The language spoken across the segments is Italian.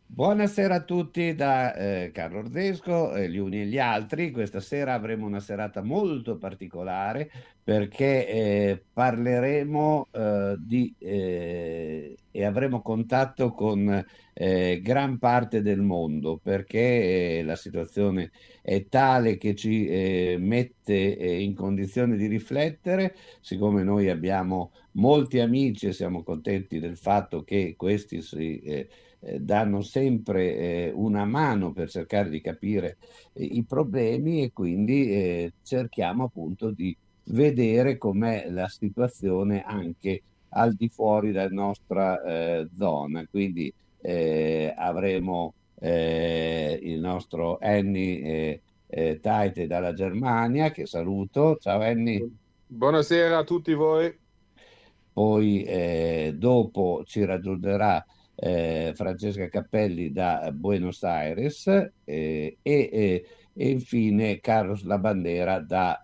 Buonasera a tutti da Carlo Ordesco, gli uni e gli altri. Questa sera avremo una serata molto particolare perché parleremo e avremo contatto con gran parte del mondo perché la situazione è tale che ci mette in condizione di riflettere. Siccome noi abbiamo molti amici e siamo contenti del fatto che questi danno sempre una mano per cercare di capire i problemi e quindi cerchiamo appunto di vedere com'è la situazione anche al di fuori della nostra zona. Quindi avremo il nostro Annie Taite dalla Germania, che saluto. Ciao Annie. Buonasera a tutti voi. Poi dopo ci raggiungerà Francesca Cappelli da Buenos Aires e infine Carlos Labandera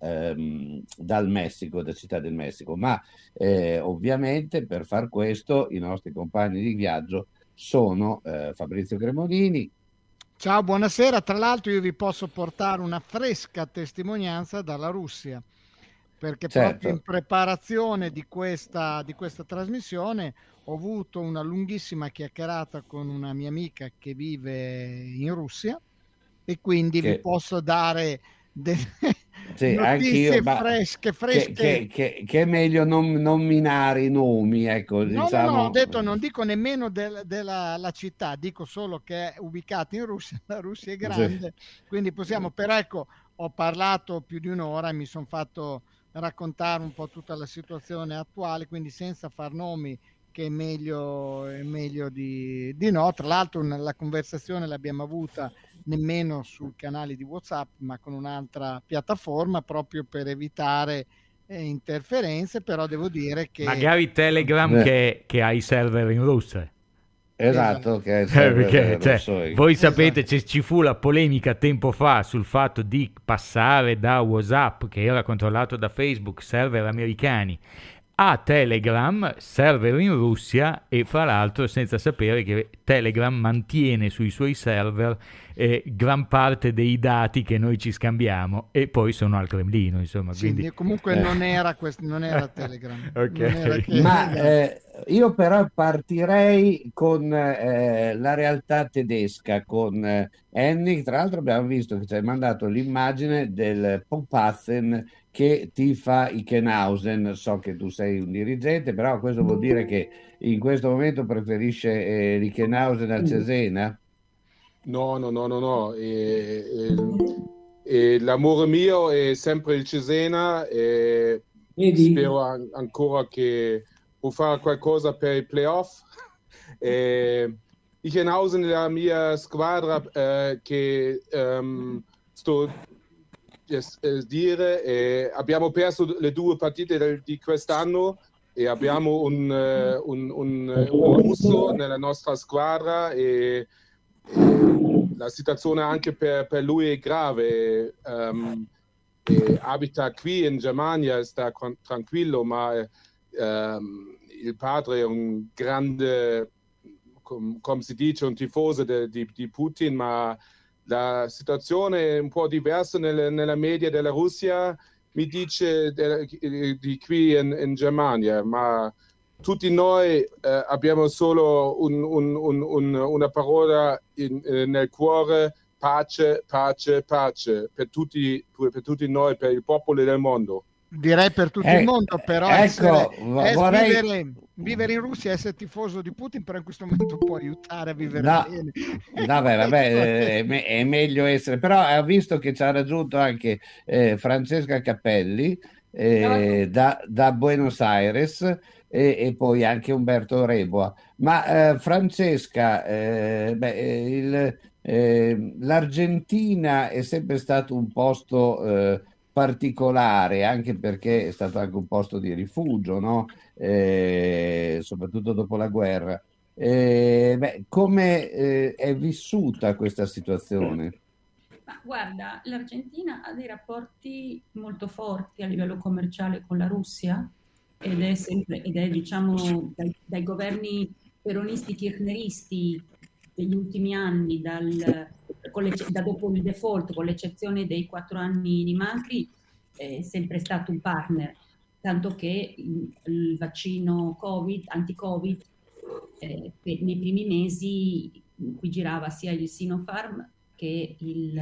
dal Messico, da Città del Messico. Ma ovviamente per far questo i nostri compagni di viaggio sono Fabrizio Cremonini. Ciao, buonasera. Tra l'altro io vi posso portare una fresca testimonianza dalla Russia, perché proprio in Certo. preparazione di questa trasmissione ho avuto una lunghissima chiacchierata con una mia amica che vive in Russia e quindi vi che posso dare delle Sì, anch'io, notizie ma fresche, fresche. che è meglio non minare i nomi, ecco, No, no, no, ho diciamo. detto non dico nemmeno della la città, dico solo che è ubicata in Russia, la Russia è Sì. grande, quindi possiamo, però ecco, ho parlato più di un'ora e mi sono fatto raccontare un po' tutta la situazione attuale, quindi senza far nomi, che è meglio di no. Tra l'altro la conversazione l'abbiamo avuta nemmeno sul canale di WhatsApp, ma con un'altra piattaforma, proprio per evitare interferenze, però devo dire che Magari Telegram Eh, che ha i server in Russia. esatto, esatto, che è il server Perché russo. voi sapete, esatto. ci fu la polemica tempo fa sul fatto di passare da WhatsApp, che era controllato da Facebook, server americani, a Telegram, server in Russia, e fra l'altro senza sapere che Telegram mantiene sui suoi server gran parte dei dati che noi ci scambiamo e poi sono al Cremlino, insomma, Sì, quindi... comunque non era Telegram, non era Ok. che Ma esatto. io però partirei con la realtà tedesca, con Henning. Tra l'altro abbiamo visto che ci hai mandato l'immagine del Popazzen che tifa Ichenhausen. So che tu sei un dirigente, però questo vuol dire che in questo momento preferisce l'Ichenhausen al Cesena? No, no, no, no, no. L'amore mio è sempre il Cesena e Vedi? spero ancora che può fare qualcosa per i playoff. E Ichenhausen è la mia squadra che sto dire. Abbiamo perso le due partite di quest'anno e abbiamo un russo nella nostra squadra e la situazione anche per lui è grave. Abita qui in Germania, sta tranquillo, ma il padre è un grande, come si dice, un tifoso di Putin, ma la situazione è un po' diversa nella media della Russia, mi dice di qui in Germania, ma tutti noi abbiamo solo una parola nel cuore: pace, pace, pace per tutti noi, per i popoli del mondo. Direi per tutto il mondo, però Ecco, vorrei. vivere in Russia e essere tifoso di Putin, però in questo momento può aiutare a vivere No, bene. vabbè, Questo è meglio essere, però ho visto che ci ha raggiunto anche Francesca Cappelli da Buenos Aires e poi anche Umberto Reboa. Ma Francesca, l'Argentina è sempre stato un posto particolare, anche perché è stato anche un posto di rifugio, no? Soprattutto dopo la guerra. Come è vissuta questa situazione? Ma guarda, l'Argentina ha dei rapporti molto forti a livello commerciale con la Russia ed è diciamo, dai governi peronisti kirchneristi degli ultimi anni, da dopo il default, con l'eccezione dei 4 anni di Macri, è sempre stato un partner, tanto che il vaccino Covid, anti-Covid, nei primi mesi in cui girava sia il Sinopharm che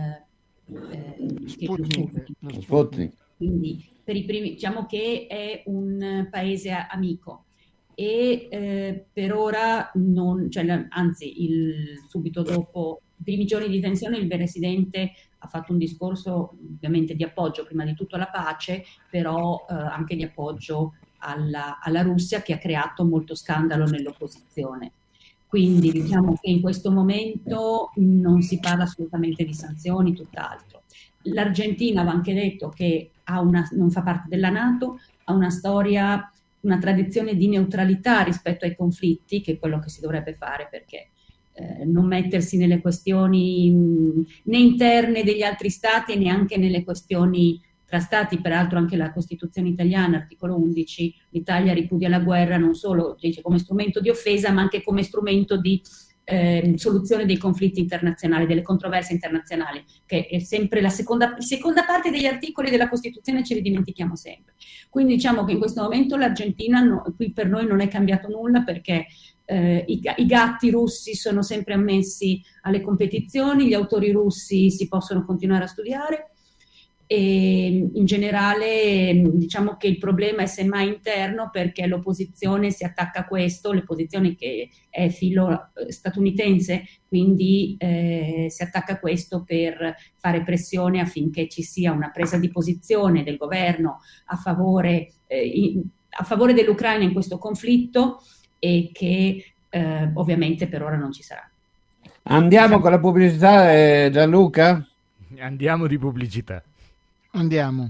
lo Sputnik. Quindi per i primi, diciamo che è un paese amico e per ora non, cioè, anzi subito dopo i primi giorni di tensione il presidente ha fatto un discorso ovviamente di appoggio prima di tutto alla pace, però anche di appoggio alla Russia, che ha creato molto scandalo nell'opposizione. Quindi diciamo che in questo momento non si parla assolutamente di sanzioni, tutt'altro. L'Argentina, va anche detto, che non fa parte della NATO, ha una storia, una tradizione di neutralità rispetto ai conflitti, che è quello che si dovrebbe fare, perché non mettersi nelle questioni né interne degli altri stati e neanche nelle questioni tra stati. Peraltro anche la Costituzione italiana, articolo 11, l'Italia ripudia la guerra non solo, dice, come strumento di offesa, ma anche come strumento di soluzione dei conflitti internazionali, delle controversie internazionali, che è sempre la seconda parte degli articoli della Costituzione, ce li dimentichiamo sempre. Quindi diciamo che in questo momento l'Argentina qui per noi non è cambiato nulla, perché i gatti russi sono sempre ammessi alle competizioni, gli autori russi si possono continuare a studiare, e in generale diciamo che il problema è semmai interno, perché l'opposizione si attacca a questo, l'opposizione che è filo statunitense, quindi si attacca a questo per fare pressione affinché ci sia una presa di posizione del governo a favore dell'Ucraina in questo conflitto, e che ovviamente per ora non ci sarà. Andiamo con la pubblicità, Gianluca? Andiamo di pubblicità. Andiamo.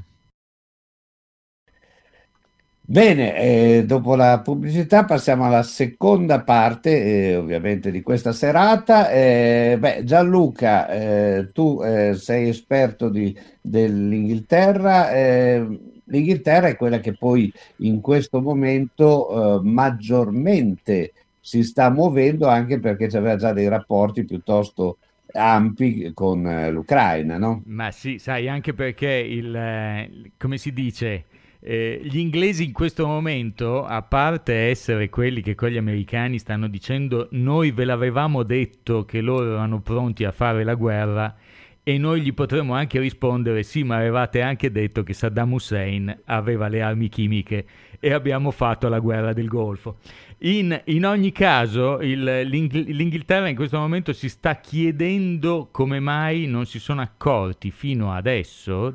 Bene, dopo la pubblicità passiamo alla seconda parte, ovviamente, di questa serata. Gianluca, tu sei esperto dell'Inghilterra. L'Inghilterra è quella che poi in questo momento maggiormente si sta muovendo, anche perché aveva già dei rapporti piuttosto ampi con l'Ucraina, no? Ma sì, sai, anche perché come si dice, gli inglesi in questo momento, a parte essere quelli che con gli americani stanno dicendo noi ve l'avevamo detto che loro erano pronti a fare la guerra, e noi gli potremmo anche rispondere sì, ma avevate anche detto che Saddam Hussein aveva le armi chimiche e abbiamo fatto la guerra del Golfo. In ogni caso, l'Inghilterra in questo momento si sta chiedendo come mai non si sono accorti fino adesso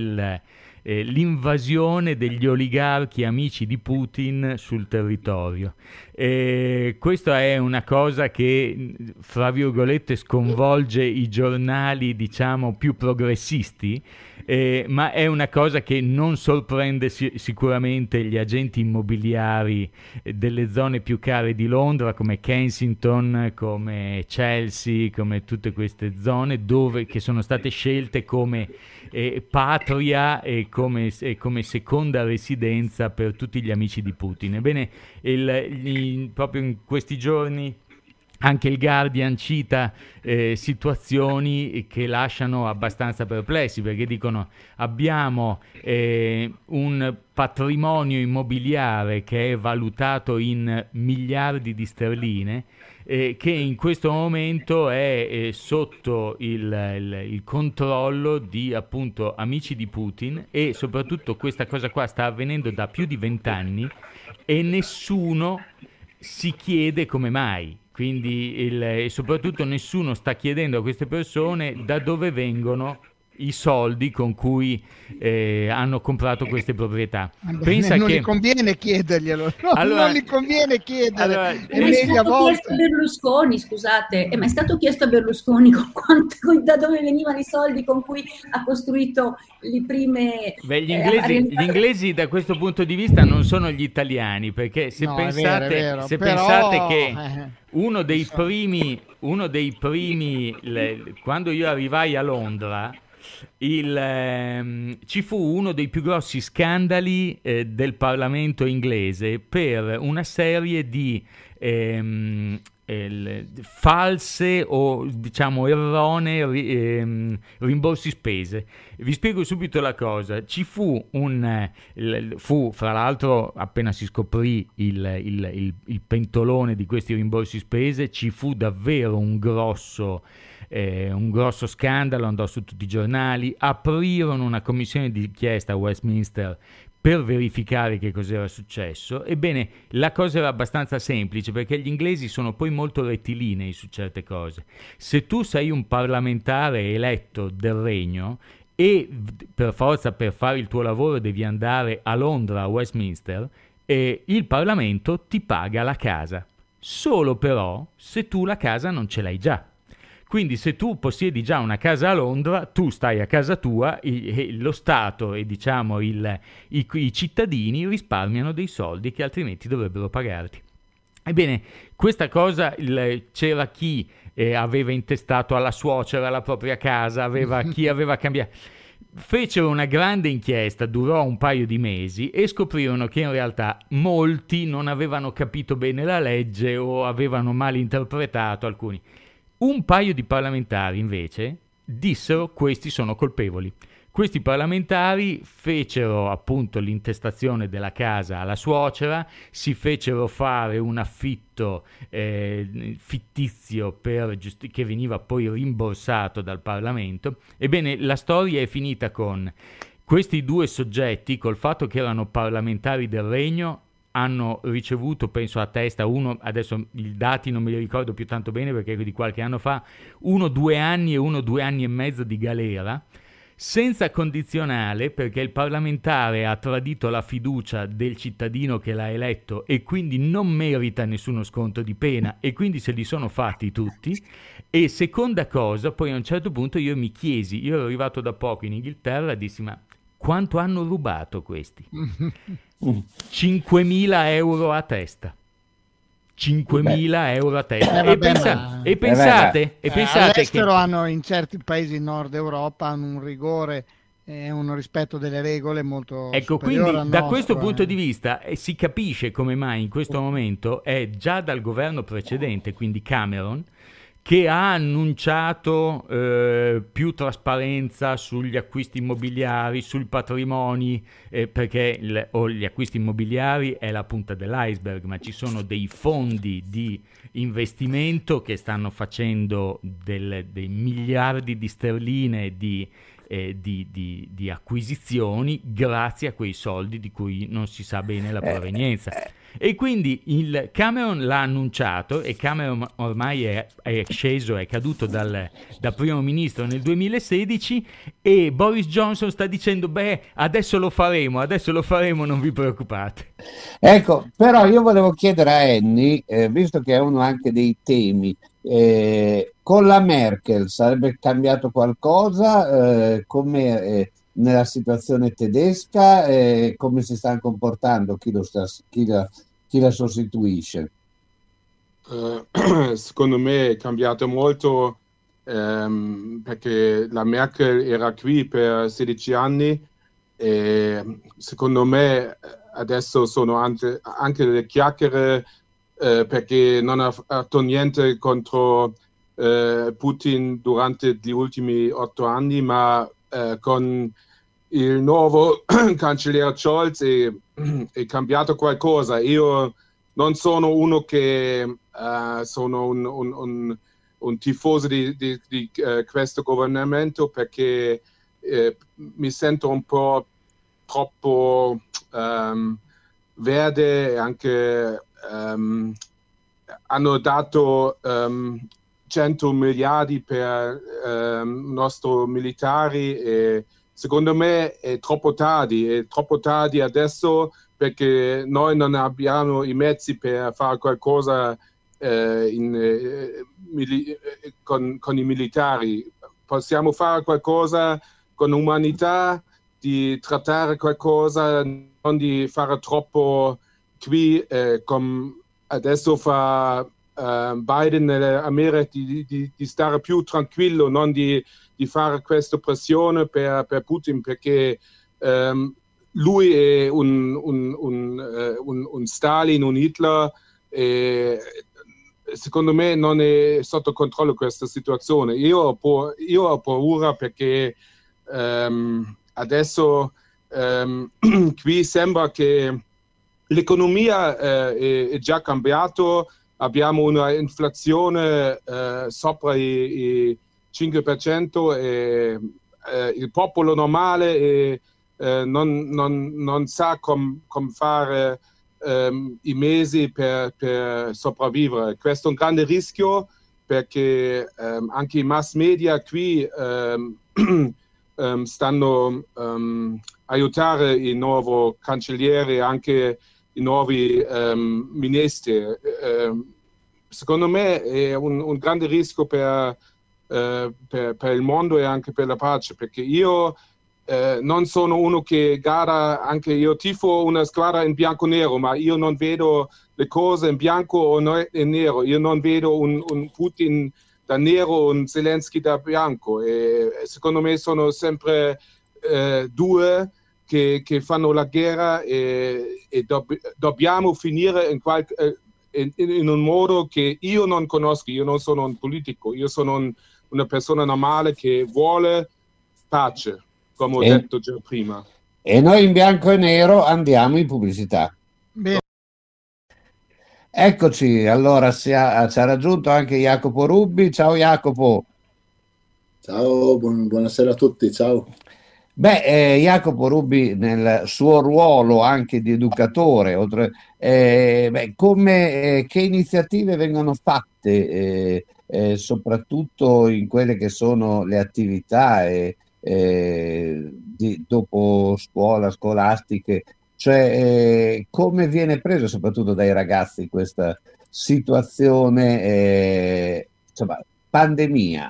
dell'invasione degli oligarchi amici di Putin sul territorio. Questa è una cosa che, fra virgolette, sconvolge i giornali, diciamo, più progressisti, ma è una cosa che non sorprende sicuramente gli agenti immobiliari delle zone più care di Londra, come Kensington, come Chelsea, come tutte queste zone che sono state scelte come patria e come seconda residenza per tutti gli amici di Putin. Ebbene, proprio in questi giorni anche il Guardian cita situazioni che lasciano abbastanza perplessi, perché dicono abbiamo un patrimonio immobiliare che è valutato in miliardi di sterline, che in questo momento è sotto il controllo di, appunto, amici di Putin, e soprattutto questa cosa qua sta avvenendo da più di 20 anni e nessuno si chiede come mai. Quindi e soprattutto nessuno sta chiedendo a queste persone da dove vengono i soldi con cui hanno comprato queste proprietà. Pensa non gli conviene chiederglielo, no, allora, non gli conviene chiedere. Allora, è stato chiesto a Berlusconi, scusate, è mai stato chiesto a Berlusconi da dove venivano i soldi con cui ha costruito le prime... Gli inglesi da questo punto di vista non sono gli italiani, perché se pensate che uno dei primi, quando io arrivai a Londra, ci fu uno dei più grossi scandali del Parlamento inglese per una serie di false o diciamo erronee rimborsi spese. Vi spiego subito la cosa. Ci fu fra l'altro, appena si scoprì il pentolone di questi rimborsi spese, ci fu davvero un grosso scandalo, andò su tutti i giornali, aprirono una commissione di inchiesta a Westminster per verificare che cos'era successo. Ebbene, la cosa era abbastanza semplice, perché gli inglesi sono poi molto rettilinei su certe cose. Se tu sei un parlamentare eletto del regno e per forza, per fare il tuo lavoro, devi andare a Londra, a Westminster, e il Parlamento ti paga la casa, solo però se tu la casa non ce l'hai già. Quindi se tu possiedi già una casa a Londra, tu stai a casa tua, lo Stato e diciamo i cittadini risparmiano dei soldi che altrimenti dovrebbero pagarti. Ebbene, questa cosa c'era chi aveva intestato alla suocera la propria casa, chi aveva cambiato. Fecero una grande inchiesta, durò un paio di mesi e scoprirono che in realtà molti non avevano capito bene la legge o avevano mal interpretato alcuni. Un paio di parlamentari invece dissero: questi sono colpevoli. Questi parlamentari fecero appunto l'intestazione della casa alla suocera, si fecero fare un affitto fittizio che veniva poi rimborsato dal Parlamento. Ebbene, la storia è finita con questi due soggetti, col fatto che erano parlamentari del regno, hanno ricevuto, penso a testa, uno, adesso i dati non me li ricordo più tanto bene perché di qualche anno fa, 2 anni e 2 anni e mezzo di galera, senza condizionale, perché il parlamentare ha tradito la fiducia del cittadino che l'ha eletto e quindi non merita nessuno sconto di pena, e quindi se li sono fatti tutti. E seconda cosa, poi a un certo punto io mi chiesi, io ero arrivato da poco in Inghilterra e dissi: ma quanto hanno rubato questi? 5.000 euro a testa. 5.000 euro a testa. E pensate all'estero che hanno, in certi paesi Nord Europa, hanno un rigore e un rispetto delle regole molto superiore quindi al da nostro, questo punto di vista si capisce come mai in questo momento è già dal governo precedente, quindi Cameron, che ha annunciato più trasparenza sugli acquisti immobiliari, sui patrimoni, perché gli acquisti immobiliari è la punta dell'iceberg, ma ci sono dei fondi di investimento che stanno facendo dei miliardi di sterline di acquisizioni grazie a quei soldi di cui non si sa bene la provenienza. E quindi il Cameron l'ha annunciato, e Cameron ormai è sceso, è caduto da primo ministro nel 2016, e Boris Johnson sta dicendo: beh, adesso lo faremo, non vi preoccupate. Ecco, però io volevo chiedere a Annie, visto che è uno anche dei temi, con la Merkel sarebbe cambiato qualcosa, come nella situazione tedesca, come si stanno comportando, chi la sostituisce? Secondo me è cambiato molto, perché la Merkel era qui per 16 anni e secondo me adesso sono anche delle chiacchiere, perché non ha fatto niente contro Putin durante gli ultimi 8 anni, ma con il nuovo cancelliere Scholz è cambiato qualcosa. Io non sono uno che sono un tifoso di questo governamento, perché mi sento un po' troppo verde, e anche hanno dato 100 miliardi per i nostri militari, e secondo me è troppo tardi adesso, perché noi non abbiamo i mezzi per fare qualcosa con i militari. Possiamo fare qualcosa con l'umanità, di trattare qualcosa, non di fare troppo qui, come adesso fa Biden nell'America, di stare più tranquillo, non di fare questa pressione per Putin, perché lui è un Stalin, un Hitler, e secondo me non è sotto controllo questa situazione. Io ho paura perché adesso qui sembra che l'economia è già cambiato, abbiamo una inflazione sopra i 5% e il popolo normale non sa come fare i mesi per sopravvivere. Questo è un grande rischio perché anche i mass media qui stanno aiutare il nuovo cancelliere e anche i nuovi ministri. Secondo me è un grande rischio per il mondo e anche per la pace, perché io non sono uno che gara, anche io tifo una squadra in bianco-nero, ma io non vedo le cose in bianco o in nero. Io non vedo un Putin da nero, un Zelensky da bianco. E secondo me sono sempre due che fanno la guerra e dobbiamo finire in un modo che io non conosco. Io non sono un politico, io sono una persona normale che vuole pace, come ho detto già prima. E noi in bianco e nero andiamo in pubblicità. Bene. Eccoci, allora ci ha raggiunto anche Jacopo Rubbi. Ciao Jacopo. Ciao, buonasera a tutti, ciao. Jacopo Rubbi nel suo ruolo anche di educatore, che iniziative vengono fatte soprattutto in quelle che sono le attività dopo scuola, scolastiche, cioè come viene presa soprattutto dai ragazzi questa situazione, insomma, pandemia,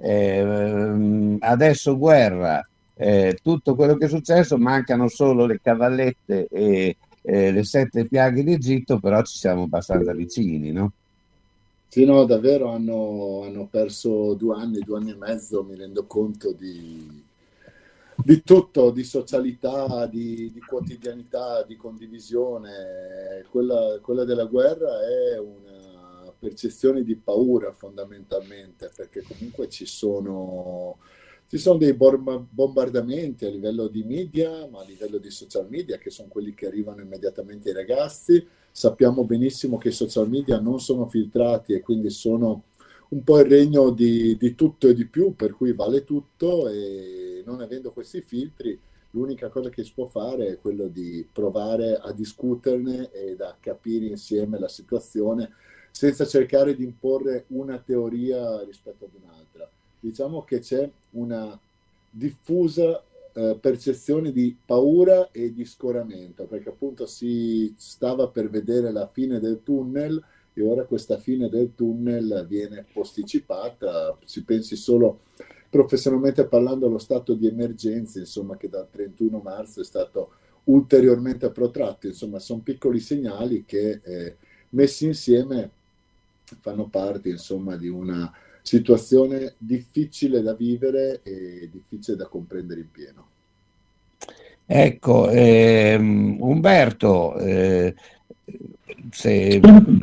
adesso guerra, tutto quello che è successo, mancano solo le cavallette e le 7 piaghe d'Egitto, però ci siamo abbastanza vicini, no? Sì, no, davvero hanno perso 2 anni e mezzo, mi rendo conto di tutto, di socialità, di quotidianità, di condivisione. Quella della guerra è una percezione di paura fondamentalmente, perché comunque ci sono dei bombardamenti a livello di media, ma a livello di social media, che sono quelli che arrivano immediatamente ai ragazzi. Sappiamo benissimo che i social media non sono filtrati e quindi sono un po' il regno di tutto e di più, per cui vale tutto, e non avendo questi filtri l'unica cosa che si può fare è quello di provare a discuterne ed a capire insieme la situazione senza cercare di imporre una teoria rispetto ad un'altra. Diciamo che c'è una diffusa percezione di paura e di scoramento, perché appunto si stava per vedere la fine del tunnel e ora questa fine del tunnel viene posticipata. Si pensi solo professionalmente parlando allo stato di emergenza, insomma, che dal 31 marzo è stato ulteriormente protratto. Insomma, sono piccoli segnali che messi insieme fanno parte, insomma, di una situazione difficile da vivere e difficile da comprendere in pieno. Ecco, Umberto, se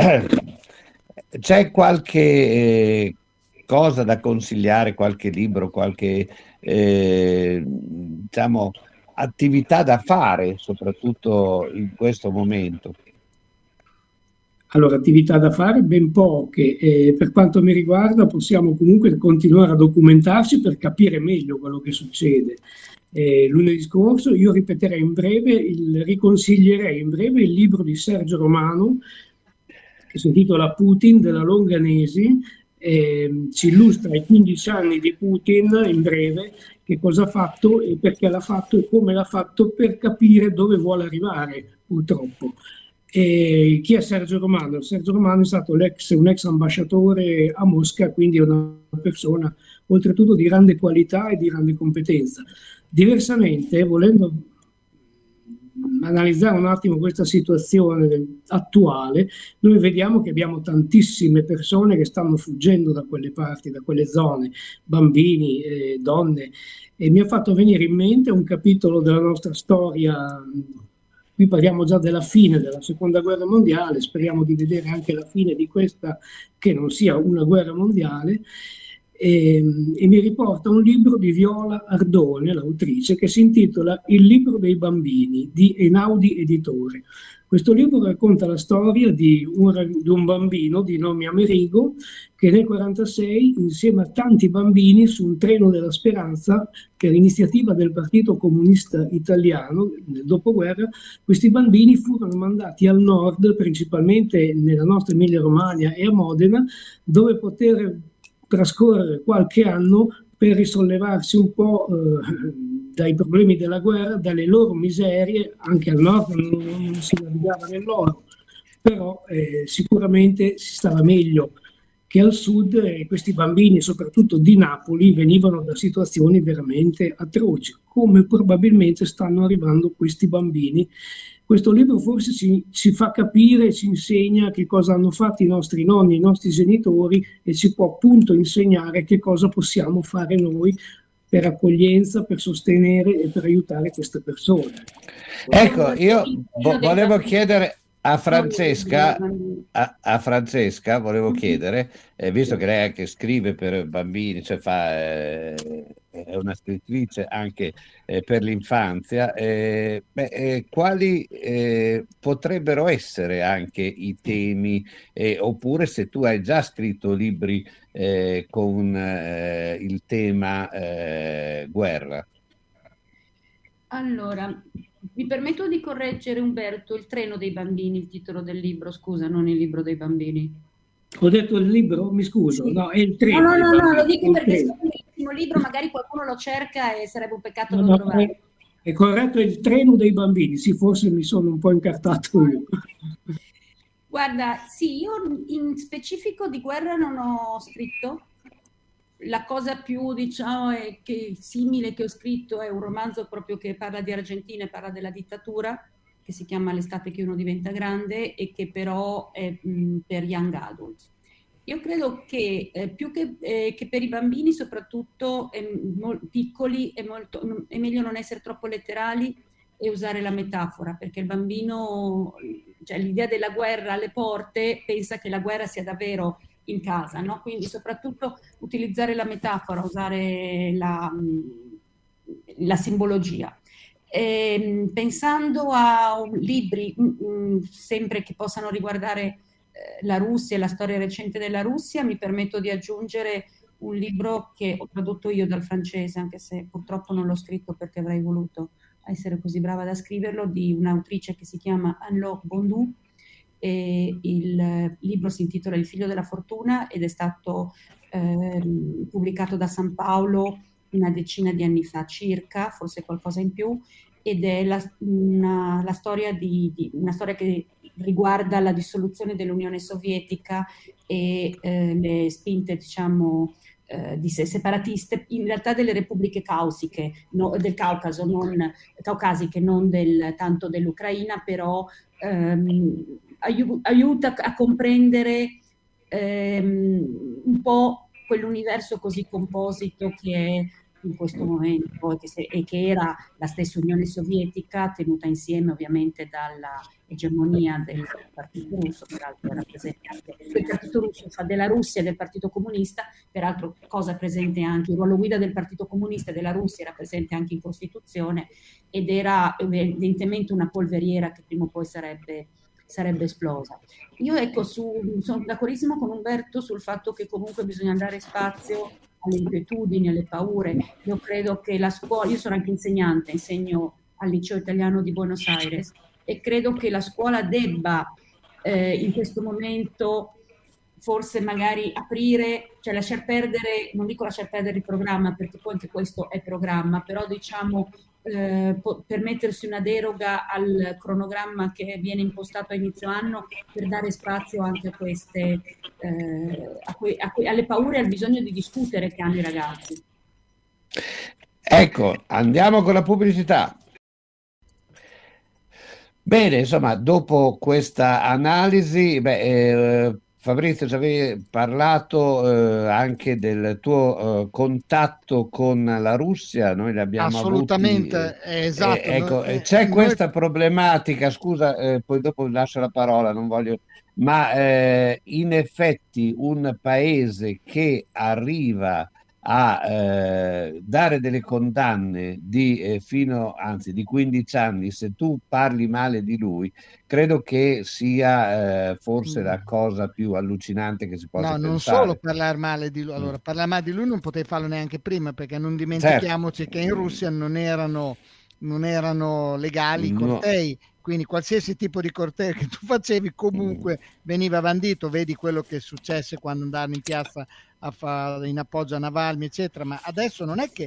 c'è qualche cosa da consigliare, qualche libro, qualche diciamo, attività da fare, soprattutto in questo momento? Allora, attività da fare ben poche. Per quanto mi riguarda, possiamo comunque continuare a documentarci per capire meglio quello che succede. Lunedì scorso io ripeterei in breve, riconsiglierei in breve il libro di Sergio Romano, che si intitola Putin della Longanesi. Ci illustra i 15 anni di Putin in breve, che cosa ha fatto e perché l'ha fatto e come l'ha fatto, per capire dove vuole arrivare, purtroppo. Chi è Sergio Romano? Sergio Romano è stato un ex ambasciatore a Mosca, quindi è una persona oltretutto di grande qualità e di grande competenza. Diversamente, volendo analizzare un attimo questa situazione attuale, noi vediamo che abbiamo tantissime persone che stanno fuggendo da quelle parti, da quelle zone, bambini, donne, e mi ha fatto venire in mente un capitolo della nostra storia Qui parliamo già della fine della seconda guerra mondiale, speriamo di vedere anche la fine di questa, che non sia una guerra mondiale, e mi riporta un libro di Viola Ardone, l'autrice, che si intitola Il libro dei bambini, di Einaudi Editore. Questo libro racconta la storia di un bambino di nome Amerigo che nel 1946, insieme a tanti bambini, su un treno della speranza, che era iniziativa del Partito Comunista Italiano nel dopoguerra, questi bambini furono mandati al nord, principalmente nella nostra Emilia-Romagna e a Modena, dove poter trascorrere qualche anno per risollevarsi un po' dai problemi della guerra, dalle loro miserie. Anche al nord non si navigava nell'oro, però sicuramente si stava meglio che al sud, e questi bambini, soprattutto di Napoli, venivano da situazioni veramente atroci, come probabilmente stanno arrivando questi bambini. Questo libro forse ci fa capire, ci insegna che cosa hanno fatto i nostri nonni, i nostri genitori, e ci può appunto insegnare che cosa possiamo fare noi per accoglienza, per sostenere e per aiutare queste persone. Ecco, io volevo chiedere a Francesca, volevo chiedere, visto che lei anche scrive per bambini, cioè è una scrittrice anche per l'infanzia, quali potrebbero essere anche i temi, oppure se tu hai già scritto libri con il tema guerra? Allora, mi permetto di correggere Umberto, Il treno dei bambini, il titolo del libro, scusa, non il libro dei bambini. Ho detto il libro? Mi scuso, Sì. No, è il treno. No, lo dico perché è un bellissimo libro, magari qualcuno lo cerca e sarebbe un peccato non trovarlo. È corretto, è Il treno dei bambini, sì, forse mi sono un po' incartato io. Guarda, sì, io in specifico di guerra non ho scritto. La cosa più, diciamo, simile che ho scritto è un romanzo proprio che parla di Argentina e parla della dittatura, che si chiama L'estate che uno diventa grande, e che però è per young adults. Io credo che più che per i bambini, soprattutto piccoli, è meglio non essere troppo letterali e usare la metafora, perché il bambino, cioè l'idea della guerra alle porte, pensa che la guerra sia davvero in casa, no? Quindi soprattutto utilizzare la metafora, usare la simbologia. Pensando a libri sempre che possano riguardare la Russia e la storia recente della Russia, mi permetto di aggiungere un libro che ho tradotto io dal francese, anche se purtroppo non l'ho scritto perché avrei voluto essere così brava da scriverlo, di un'autrice che si chiama Anne-Laure Bondou. Il libro si intitola Il figlio della fortuna ed è stato pubblicato da San Paolo una decina di anni fa circa, forse qualcosa in più, ed è una storia una storia che riguarda la dissoluzione dell'Unione Sovietica e le spinte, diciamo, separatiste, in realtà delle repubbliche caucasiche, del Caucaso, caucasiche, non tanto dell'Ucraina, però aiuta a comprendere un po' quell'universo così composito che è in questo momento e che era la stessa Unione Sovietica, tenuta insieme ovviamente dalla egemonia del Partito Russo, peraltro era presente anche il Partito Russo della Russia e del Partito Comunista, peraltro cosa presente anche il ruolo guida del Partito Comunista e della Russia era presente anche in Costituzione, ed era evidentemente una polveriera che prima o poi sarebbe esplosa. Io sono d'accordissimo con Umberto sul fatto che comunque bisogna dare spazio alle inquietudini, alle paure. Io credo che la scuola, io sono anche insegnante, insegno al liceo italiano di Buenos Aires, e credo che la scuola debba in questo momento forse magari aprire, cioè lasciar perdere, non dico lasciar perdere il programma, perché poi anche questo è programma, però diciamo permettersi una deroga al cronogramma che viene impostato a inizio anno, per dare spazio anche a queste alle paure e al bisogno di discutere che hanno i ragazzi. Ecco, andiamo con la pubblicità. Bene, insomma, dopo questa analisi, Fabrizio, ci avevi parlato anche del tuo contatto con la Russia, noi li abbiamo avuti. Assolutamente, esatto. Ecco, c'è Noi questa problematica, scusa, poi dopo lascio la parola, non voglio, ma in effetti un paese che arriva a dare delle condanne anzi di 15 anni se tu parli male di lui, credo che sia forse la cosa più allucinante che si possa No, non solo pensare. parlare male di lui. Allora, parlare male di lui non potevi farlo neanche prima, perché non Certo, dimentichiamoci che in Russia non erano legali i no. cortei, quindi qualsiasi tipo di corteo che tu facevi comunque veniva bandito. Vedi quello che successe quando andarono in piazza a fare in appoggio a Navalny, eccetera. Ma adesso non è che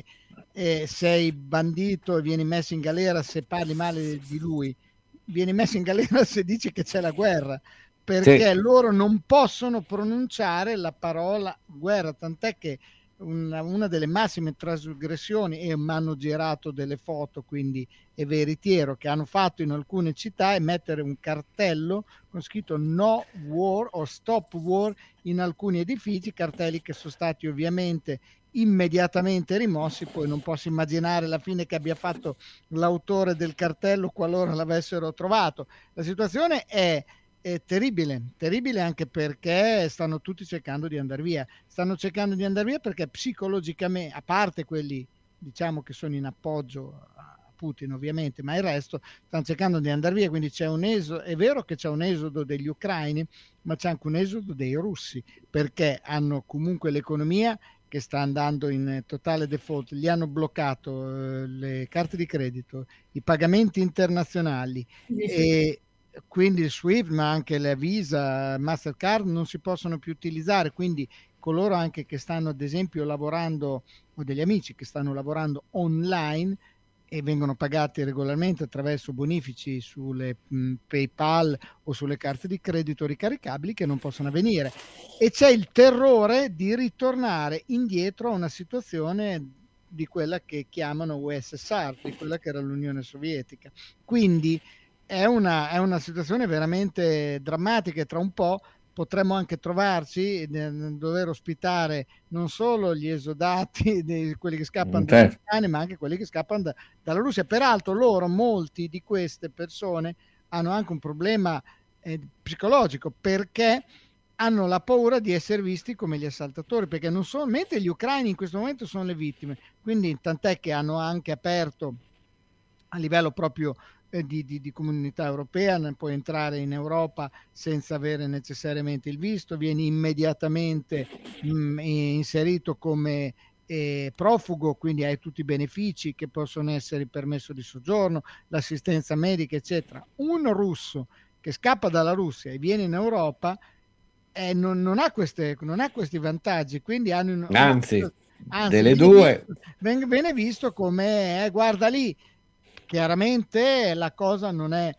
sei bandito e vieni messo in galera se parli male di lui, vieni messo in galera se dici che c'è la guerra, perché Sì. loro non possono pronunciare la parola guerra, tant'è che una delle massime trasgressioni, e mi hanno girato delle foto, quindi è veritiero, che hanno fatto in alcune città, è mettere un cartello con scritto no war o stop war in alcuni edifici, cartelli che sono stati ovviamente immediatamente rimossi. Poi non posso immaginare la fine che abbia fatto l'autore del cartello qualora l'avessero trovato. La situazione è terribile anche perché stanno tutti cercando di andare via. Stanno cercando di andare via perché psicologicamente, a parte quelli diciamo che sono in appoggio a Putin ovviamente, ma il resto stanno cercando di andare via, quindi c'è un esodo. È vero che c'è un esodo degli ucraini, ma c'è anche un esodo dei russi, perché hanno comunque l'economia che sta andando in totale default, gli hanno bloccato le carte di credito, i pagamenti internazionali, e quindi il SWIFT, ma anche la Visa, Mastercard non si possono più utilizzare, quindi coloro anche che stanno ad esempio lavorando, o degli amici che stanno lavorando online e vengono pagati regolarmente attraverso bonifici sulle PayPal o sulle carte di credito ricaricabili, che non possono avvenire, e c'è il terrore di ritornare indietro a una situazione di quella che chiamano USSR, di quella che era l'Unione Sovietica. Quindi è una situazione veramente drammatica, e tra un po' potremmo anche trovarci nel dover ospitare non solo gli esodati, quelli che scappano dall'Ucraina, ma anche quelli che scappano dalla Russia. Peraltro loro, molti di queste persone, hanno anche un problema psicologico, perché hanno la paura di essere visti come gli assaltatori, perché non solamente gli ucraini in questo momento sono le vittime, quindi tant'è che hanno anche aperto a livello proprio di comunità europea, non puoi entrare in Europa senza avere necessariamente il visto, vieni immediatamente inserito come profugo, quindi hai tutti i benefici che possono essere il permesso di soggiorno, l'assistenza medica, eccetera. Un russo che scappa dalla Russia e viene in Europa non ha questi vantaggi, quindi hanno Anzi, delle due. viene visto come guarda lì. Chiaramente la cosa non è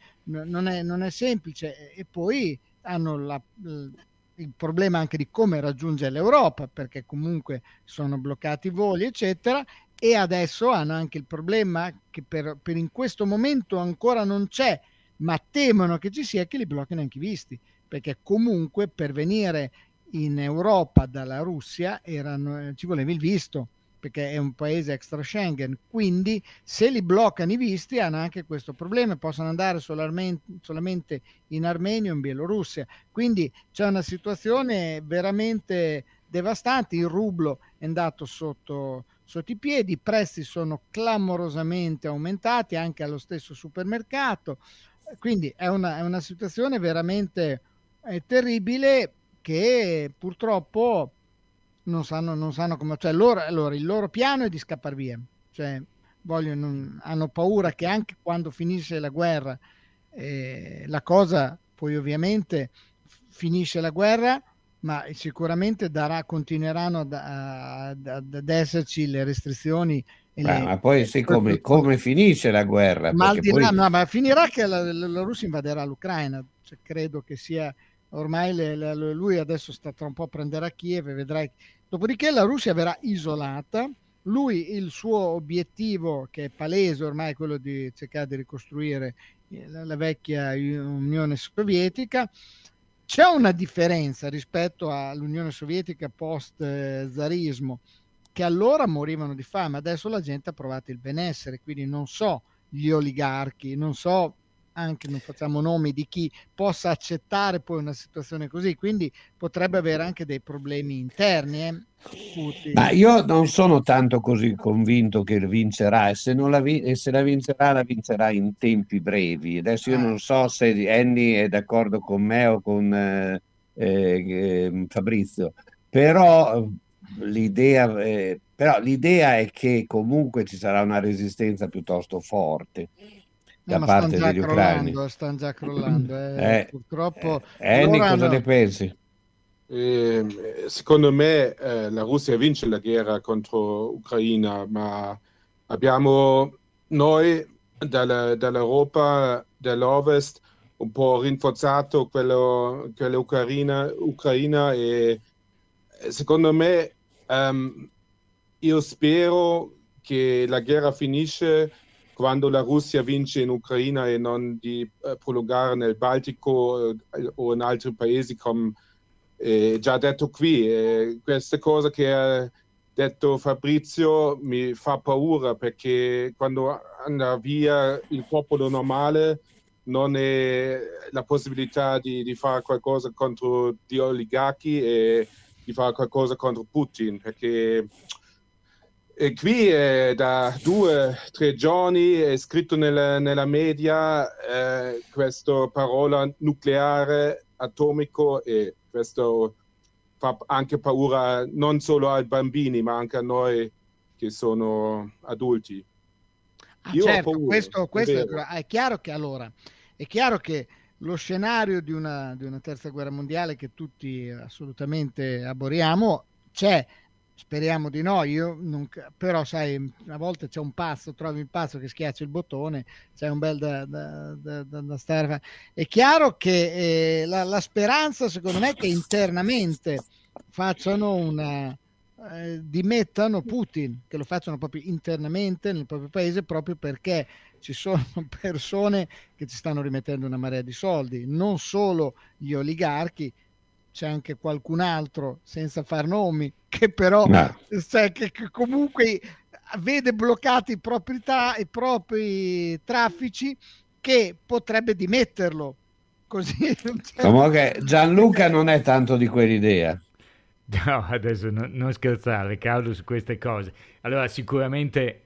semplice, e poi hanno il problema anche di come raggiungere l'Europa, perché comunque sono bloccati i voli, eccetera, e adesso hanno anche il problema che per in questo momento ancora non c'è, ma temono che ci sia, che li blocchino anche i visti, perché comunque per venire in Europa dalla Russia ci voleva il visto, perché è un paese extra Schengen, quindi se li bloccano i visti hanno anche questo problema, possono andare solamente in Armenia o in Bielorussia, quindi c'è una situazione veramente devastante. Il rublo è andato sotto i piedi, i prezzi sono clamorosamente aumentati anche allo stesso supermercato, quindi è una situazione veramente terribile, che purtroppo non sanno come, cioè allora il loro piano è di scappare via, cioè hanno paura che anche quando finisce la guerra, la cosa poi ovviamente finisce la guerra, ma sicuramente continueranno ad esserci le restrizioni ma poi sì, come finisce la guerra, ma perché poi ma finirà che la Russia invaderà l'Ucraina, cioè, credo che sia ormai lui adesso sta tra un po' a prendere a Kiev e vedrai. Dopodiché la Russia verrà isolata. Lui, il suo obiettivo, che è palese ormai, è quello di cercare di ricostruire la vecchia Unione Sovietica. c'è una differenza rispetto all'Unione Sovietica post-zarismo, che allora morivano di fame, adesso la gente ha provato il benessere, quindi non so gli oligarchi, non so, anche non facciamo nomi di chi possa accettare poi una situazione così, quindi potrebbe avere anche dei problemi interni. Putin. Ma io non sono tanto così convinto che vincerà, e se la vincerà in tempi brevi. Adesso io non so se Annie è d'accordo con me o con Fabrizio, però l'idea è che comunque ci sarà una resistenza piuttosto forte da parte degli ucraini. Stanno già crollando. Purtroppo. Annie, cosa ne pensi? Secondo me la Russia vince la guerra contro l'Ucraina, ma abbiamo noi dall'Europa dell'Ovest un po' rinforzato quella Ucraina e secondo me io spero che la guerra finisce quando la Russia vince in Ucraina e non di prolungare nel Baltico o in altri paesi come già detto qui. Questa cosa che ha detto Fabrizio mi fa paura, perché quando andrà via il popolo normale non è la possibilità di fare qualcosa contro gli oligarchi e di fare qualcosa contro Putin, perché qui da 2 o 3 giorni è scritto nella media questa parola nucleare atomico, e questo fa anche paura non solo ai bambini ma anche a noi che sono adulti. Io certo, ho paura, questo è chiaro che allora è chiaro che lo scenario di una terza guerra mondiale che tutti assolutamente abboriamo c'è. Speriamo di no, però sai, a volte c'è un pazzo, trovi il pazzo che schiaccia il bottone, c'è un bel da stare. È chiaro che la speranza, secondo me, è che internamente facciano dimettano Putin, che lo facciano proprio internamente nel proprio paese, proprio perché ci sono persone che ci stanno rimettendo una marea di soldi, non solo gli oligarchi, c'è anche qualcun altro, senza far nomi, che però che comunque vede bloccati i propri traffici, che potrebbe dimetterlo. Così. Comunque Gianluca non è tanto di quell'idea. No, adesso non scherzare, Carlo, su queste cose. Allora, sicuramente,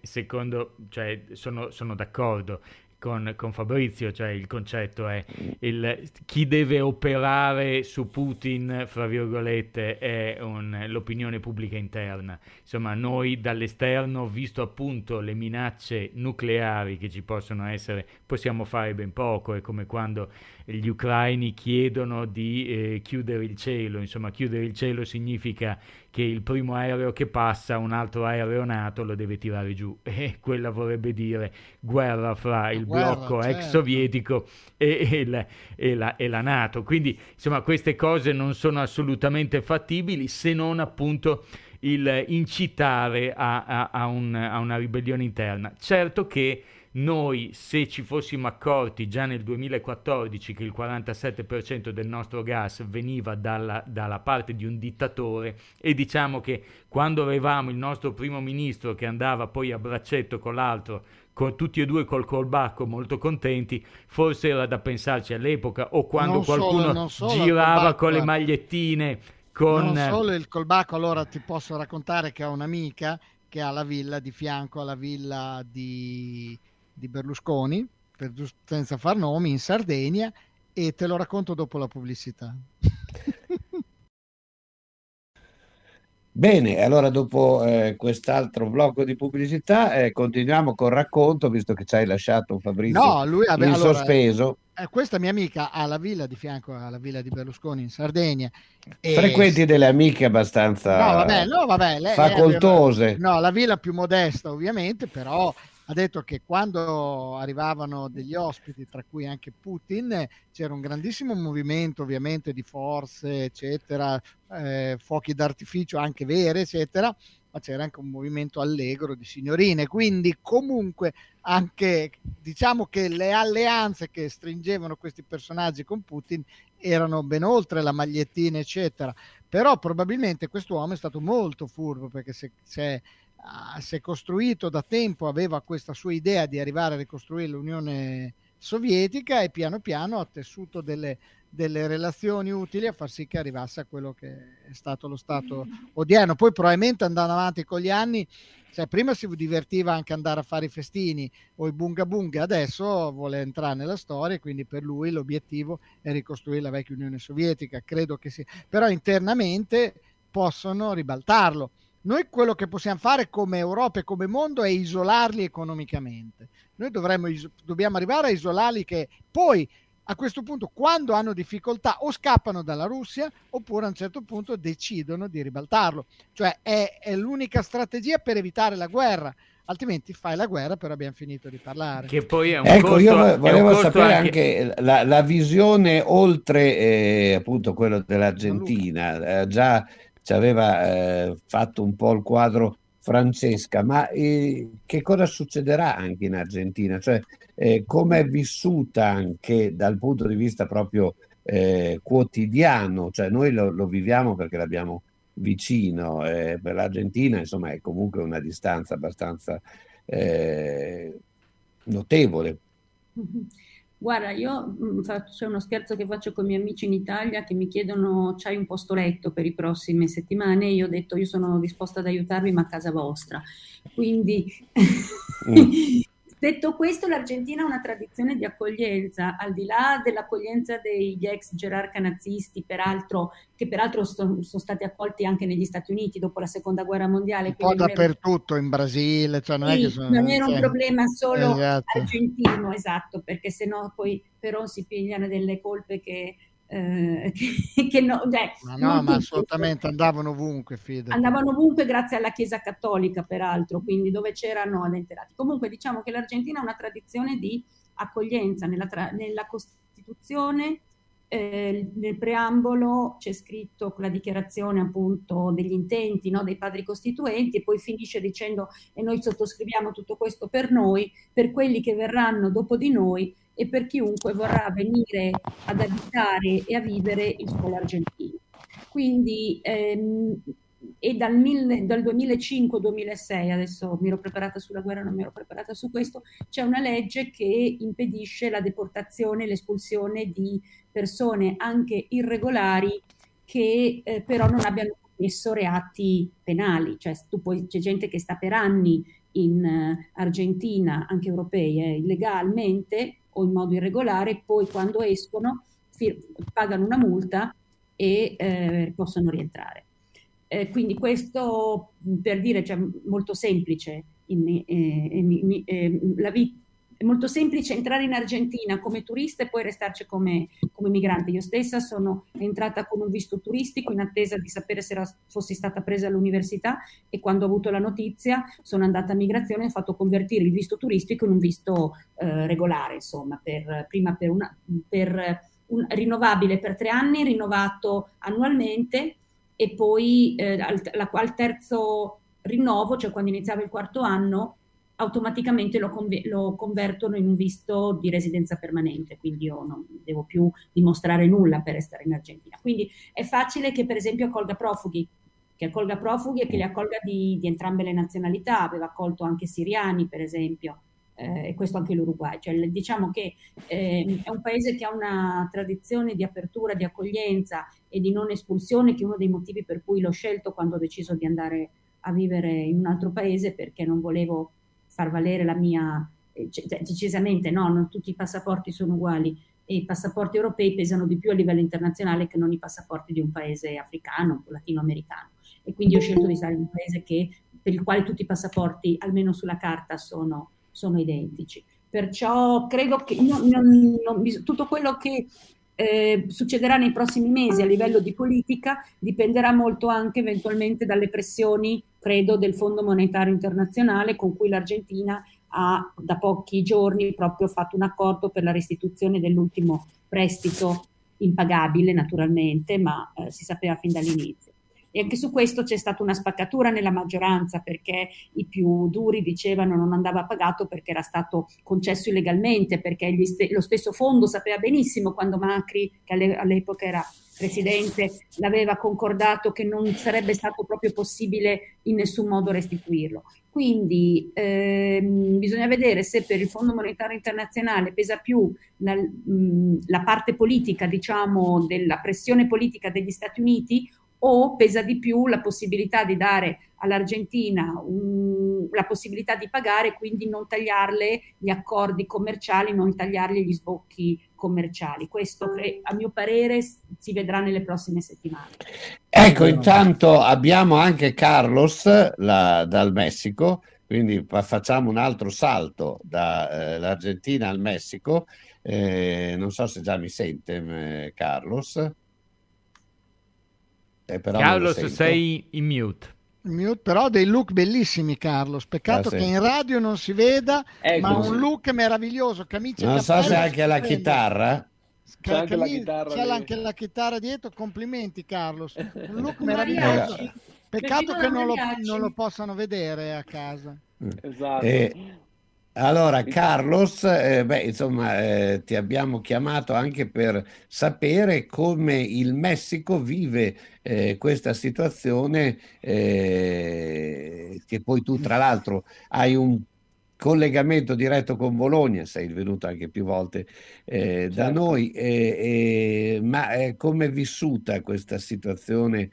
sono d'accordo con Fabrizio, cioè il concetto è chi deve operare su Putin, fra virgolette, è l'opinione pubblica interna. Insomma, noi dall'esterno, visto appunto le minacce nucleari che ci possono essere, possiamo fare ben poco. È come quando gli ucraini chiedono di chiudere il cielo. Insomma, chiudere il cielo significa che il primo aereo che passa, un altro aereo NATO lo deve tirare giù, e quella vorrebbe dire guerra fra il blocco ex sovietico e la NATO. Quindi insomma queste cose non sono assolutamente fattibili, se non appunto il incitare a una ribellione interna. Certo che noi, se ci fossimo accorti già nel 2014 che il 47% del nostro gas veniva dalla parte di un dittatore, e diciamo che quando avevamo il nostro primo ministro che andava poi a braccetto con l'altro, con tutti e due col colbacco molto contenti, forse era da pensarci all'epoca, o quando qualcuno girava con le magliettine non solo il colbacco. Allora ti posso raccontare che ho un'amica che ha la villa di fianco alla villa di Berlusconi, senza far nomi, in Sardegna, e te lo racconto dopo la pubblicità. Bene, allora dopo quest'altro blocco di pubblicità continuiamo col racconto, visto che ci hai lasciato Fabrizio in sospeso. Questa mia amica ha la villa di fianco alla villa di Berlusconi in Sardegna. Frequenti delle amiche abbastanza facoltose. La villa più modesta ovviamente, però ha detto che quando arrivavano degli ospiti, tra cui anche Putin, c'era un grandissimo movimento ovviamente di forze, eccetera, fuochi d'artificio anche vere, eccetera, ma c'era anche un movimento allegro di signorine, quindi comunque anche diciamo che le alleanze che stringevano questi personaggi con Putin erano ben oltre la magliettina eccetera, però probabilmente quest'uomo è stato molto furbo, perché si è costruito da tempo, aveva questa sua idea di arrivare a ricostruire l'Unione Sovietica e piano piano ha tessuto delle relazioni utili a far sì che arrivasse a quello che è stato lo stato odierno. Poi probabilmente andando avanti con gli anni, cioè prima si divertiva anche andare a fare i festini o i bunga bunga, adesso vuole entrare nella storia, quindi per lui l'obiettivo è ricostruire la vecchia Unione Sovietica, credo che sia, però internamente possono ribaltarlo. Noi quello che possiamo fare come Europa e come mondo è isolarli economicamente. Noi dobbiamo arrivare a isolarli, che poi a questo punto, quando hanno difficoltà, o scappano dalla Russia oppure a un certo punto decidono di ribaltarlo. Cioè è l'unica strategia per evitare la guerra. Altrimenti fai la guerra, però abbiamo finito di parlare. Che poi è un ecco, costo, io volevo sapere anche la visione oltre appunto quello dell'Argentina. Già ci aveva fatto un po' il quadro Francesca, ma che cosa succederà anche in Argentina? Cioè, come è vissuta anche dal punto di vista proprio quotidiano? Cioè, noi lo viviamo perché l'abbiamo vicino, per l'Argentina insomma è comunque una distanza abbastanza notevole. Guarda, io c'è uno scherzo che faccio con i miei amici in Italia che mi chiedono: c'hai un posto letto per le prossime settimane? Io ho detto: io sono disposta ad aiutarvi, ma a casa vostra. Quindi detto questo, l'Argentina ha una tradizione di accoglienza, al di là dell'accoglienza degli ex gerarca nazisti, che peraltro sono stati accolti anche negli Stati Uniti dopo la seconda guerra mondiale. Un po' dappertutto, in Brasile, cioè non sì, è che non era un problema solo esatto. argentino, esatto, perché sennò poi però si pigliano delle colpe che no, ma assolutamente andavano ovunque, fidati. Andavano ovunque grazie alla Chiesa Cattolica, peraltro, quindi dove c'erano adenterati. Comunque diciamo che l'Argentina ha una tradizione di accoglienza. Nella Costituzione, nel preambolo c'è scritto la dichiarazione appunto degli intenti, no, dei padri costituenti, e poi finisce dicendo: e noi sottoscriviamo tutto questo per noi, per quelli che verranno dopo di noi e per chiunque vorrà venire ad abitare e a vivere il suolo argentino. Quindi e dal 2005-2006, adesso mi ero preparata sulla guerra, non mi ero preparata su questo, c'è una legge che impedisce la deportazione e l'espulsione di persone anche irregolari che però non abbiano commesso reati penali. Cioè c'è gente che sta per anni in Argentina, anche europei, illegalmente o in modo irregolare, poi quando escono pagano una multa e possono rientrare. Quindi questo per dire, cioè, molto semplice, è molto semplice entrare in Argentina come turista e poi restarci come migrante. Io stessa sono entrata con un visto turistico in attesa di sapere se fossi stata presa all'università, e quando ho avuto la notizia sono andata a migrazione e ho fatto convertire il visto turistico in un visto regolare, insomma, prima per un rinnovabile per 3 anni, rinnovato annualmente, e poi al terzo rinnovo, cioè quando iniziava il 4º anno, automaticamente lo convertono in un visto di residenza permanente, quindi io non devo più dimostrare nulla per restare in Argentina. Quindi è facile che per esempio accolga profughi e che li accolga di entrambe le nazionalità. Aveva accolto anche siriani, per esempio, e questo anche l'Uruguay. Cioè, diciamo che è un paese che ha una tradizione di apertura, di accoglienza e di non espulsione, che è uno dei motivi per cui l'ho scelto quando ho deciso di andare a vivere in un altro paese, perché non volevo far valere la mia, decisamente no, non tutti i passaporti sono uguali, e i passaporti europei pesano di più a livello internazionale che non i passaporti di un paese africano o latinoamericano, e quindi ho scelto di stare in un paese per il quale tutti i passaporti, almeno sulla carta, sono identici. Perciò credo che tutto quello che succederà nei prossimi mesi a livello di politica dipenderà molto anche eventualmente dalle pressioni, credo, del Fondo Monetario Internazionale, con cui l'Argentina ha da pochi giorni proprio fatto un accordo per la restituzione dell'ultimo prestito impagabile, naturalmente, ma si sapeva fin dall'inizio. E anche su questo c'è stata una spaccatura nella maggioranza, perché i più duri dicevano non andava pagato perché era stato concesso illegalmente, perché lo stesso fondo sapeva benissimo quando Macri, che all'epoca era presidente, l'aveva concordato che non sarebbe stato proprio possibile in nessun modo restituirlo. Quindi bisogna vedere se per il Fondo Monetario Internazionale pesa più la parte politica, diciamo, della pressione politica degli Stati Uniti, o pesa di più la possibilità di dare all'Argentina la possibilità di pagare, quindi non tagliarle gli accordi commerciali, non tagliargli gli sbocchi commerciali. Questo, a mio parere, si vedrà nelle prossime settimane. Ecco, intanto abbiamo anche Carlos dal Messico, quindi facciamo un altro salto dall'Argentina al Messico. Non so se già mi sente, Carlos. Però Carlos, sei in mute. Però dei look bellissimi, Carlos. Peccato che in radio non si veda, ma un look meraviglioso. Camicia, non so se anche la chitarra. C'è anche la chitarra. C'è anche la chitarra dietro. Complimenti, Carlos. Un look meraviglioso. Peccato che non lo possano vedere a casa. Esatto. Allora, Carlos, ti abbiamo chiamato anche per sapere come il Messico vive questa situazione, che poi tu, tra l'altro, hai un collegamento diretto con Bologna, sei venuto anche più volte da noi, ma come è vissuta questa situazione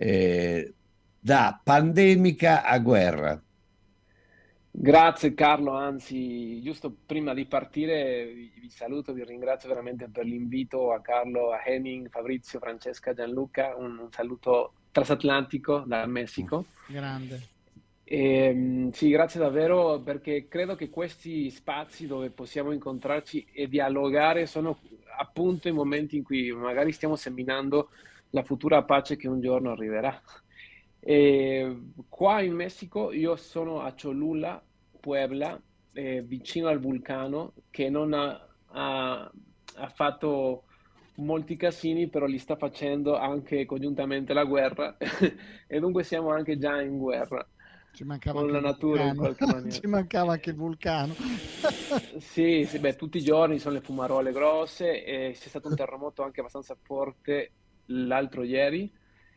da pandemica a guerra? Grazie Carlo, anzi, giusto prima di partire vi saluto, vi ringrazio veramente per l'invito, a Carlo, a Henning, Fabrizio, Francesca, Gianluca, un saluto transatlantico dal Messico. Grande. Sì, grazie davvero, perché credo che questi spazi dove possiamo incontrarci e dialogare sono appunto i momenti in cui magari stiamo seminando la futura pace che un giorno arriverà. Qua in Messico io sono a Cholula, Puebla, vicino al vulcano, che non ha fatto molti casini, però li sta facendo anche congiuntamente la guerra e dunque siamo anche già in guerra con la natura in qualche maniera. Ci mancava anche il vulcano. Sì, beh, tutti i giorni sono le fumarole grosse e c'è stato un terremoto anche abbastanza forte l'altro ieri.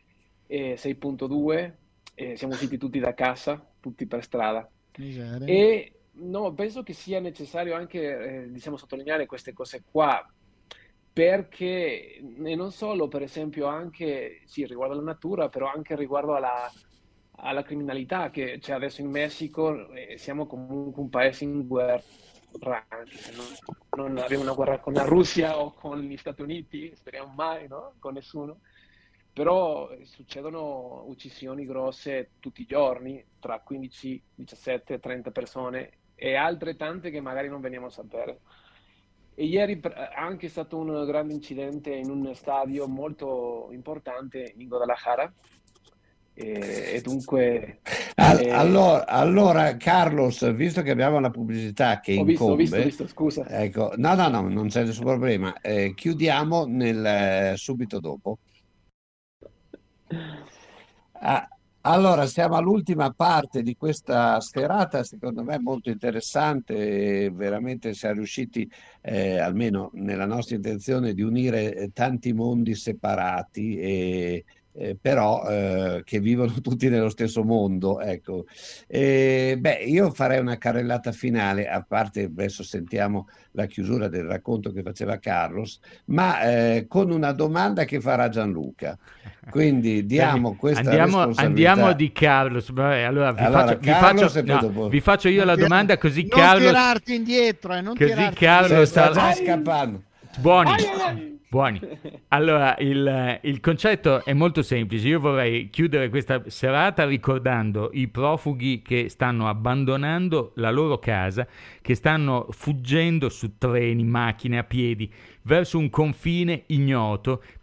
6.2, siamo usciti tutti da casa, tutti per strada. Miseria. E no, penso che sia necessario anche diciamo sottolineare queste cose qua, perché e non solo, per esempio, anche sì, riguardo alla natura, però anche riguardo alla criminalità che c'è adesso in Messico. Siamo comunque un paese in guerra, anche se non abbiamo una guerra con la Russia o con gli Stati Uniti, speriamo mai, no? Con nessuno. Però succedono uccisioni grosse tutti i giorni, tra 15, 17, 30 persone e altre tante che magari non veniamo a sapere. E ieri anche stato un grande incidente in un stadio molto importante in Guadalajara. E dunque... Allora, Carlos, visto che abbiamo la pubblicità che incombe... Ho visto, scusa. Ecco, no, non c'è nessun problema. Chiudiamo subito dopo. Allora, siamo all'ultima parte di questa serata, secondo me molto interessante, veramente siamo riusciti, almeno nella nostra intenzione, di unire tanti mondi separati, però che vivono tutti nello stesso mondo, ecco. Io farei una carrellata finale, a parte adesso sentiamo la chiusura del racconto che faceva Carlos, ma con una domanda che farà Gianluca. Quindi diamo questa responsabilità. Andiamo di Carlos. Vabbè, allora vi faccio io la domanda, così non Carlos... Non tirarti indietro, non così tirarti Carlos sta già scappando. Buoni. Allora, il concetto è molto semplice. Io vorrei chiudere questa serata ricordando i profughi che stanno abbandonando la loro casa, che stanno fuggendo su treni, macchine, a piedi, verso un confine ignoto,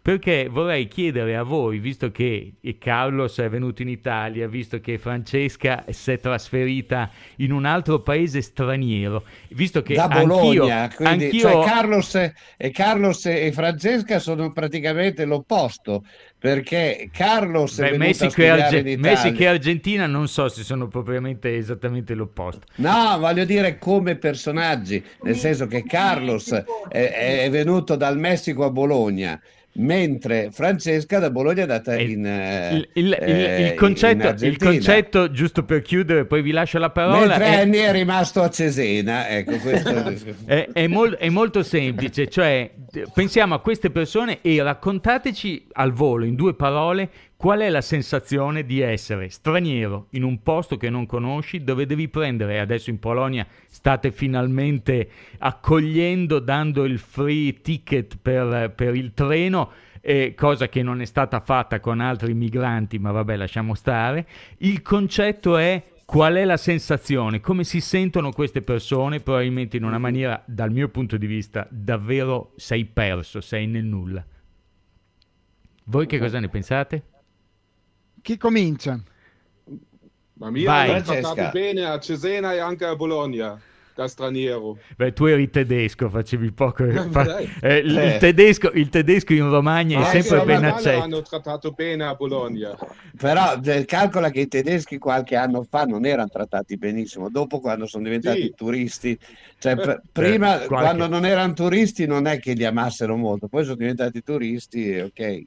perché vorrei chiedere a voi, visto che Carlos è venuto in Italia, visto che Francesca si è trasferita in un altro paese straniero, visto che da Bologna, quindi anch'io cioè Carlos e Francesca sono praticamente l'opposto, perché Carlos è venuto a studiare in Messico e Italia. Argentina non so se sono propriamente esattamente l'opposto. No, voglio dire come personaggi, nel senso che Carlos è venuto dal Messico a Bologna, mentre Francesca da Bologna è andata in Il Argentina. concetto, giusto per chiudere, poi vi lascio la parola, Mentre Annie è rimasto a Cesena, ecco, questo è molto semplice, cioè pensiamo a queste persone e raccontateci al volo, in 2 parole, qual è la sensazione di essere straniero in un posto che non conosci, dove devi prendere, adesso in Polonia state finalmente accogliendo, dando il free ticket per il treno, cosa che non è stata fatta con altri migranti, ma vabbè, lasciamo stare. Il concetto è: qual è la sensazione? Come si sentono queste persone? Probabilmente in una maniera, dal mio punto di vista, davvero sei perso, sei nel nulla. Voi che cosa ne pensate? Chi comincia? Ma mi Vai. hanno Francesca. trattato bene a Cesena e anche a Bologna, da straniero. Beh, tu eri tedesco, facevi poco. Dai. Il tedesco in Romagna è Anche sempre a ben Natale accetto. hanno trattato bene a Bologna. Però calcola che i tedeschi qualche anno fa non erano trattati benissimo, dopo quando sono diventati Sì. turisti, cioè prima qualche- quando non erano turisti non è che li amassero molto, poi sono diventati turisti, ok.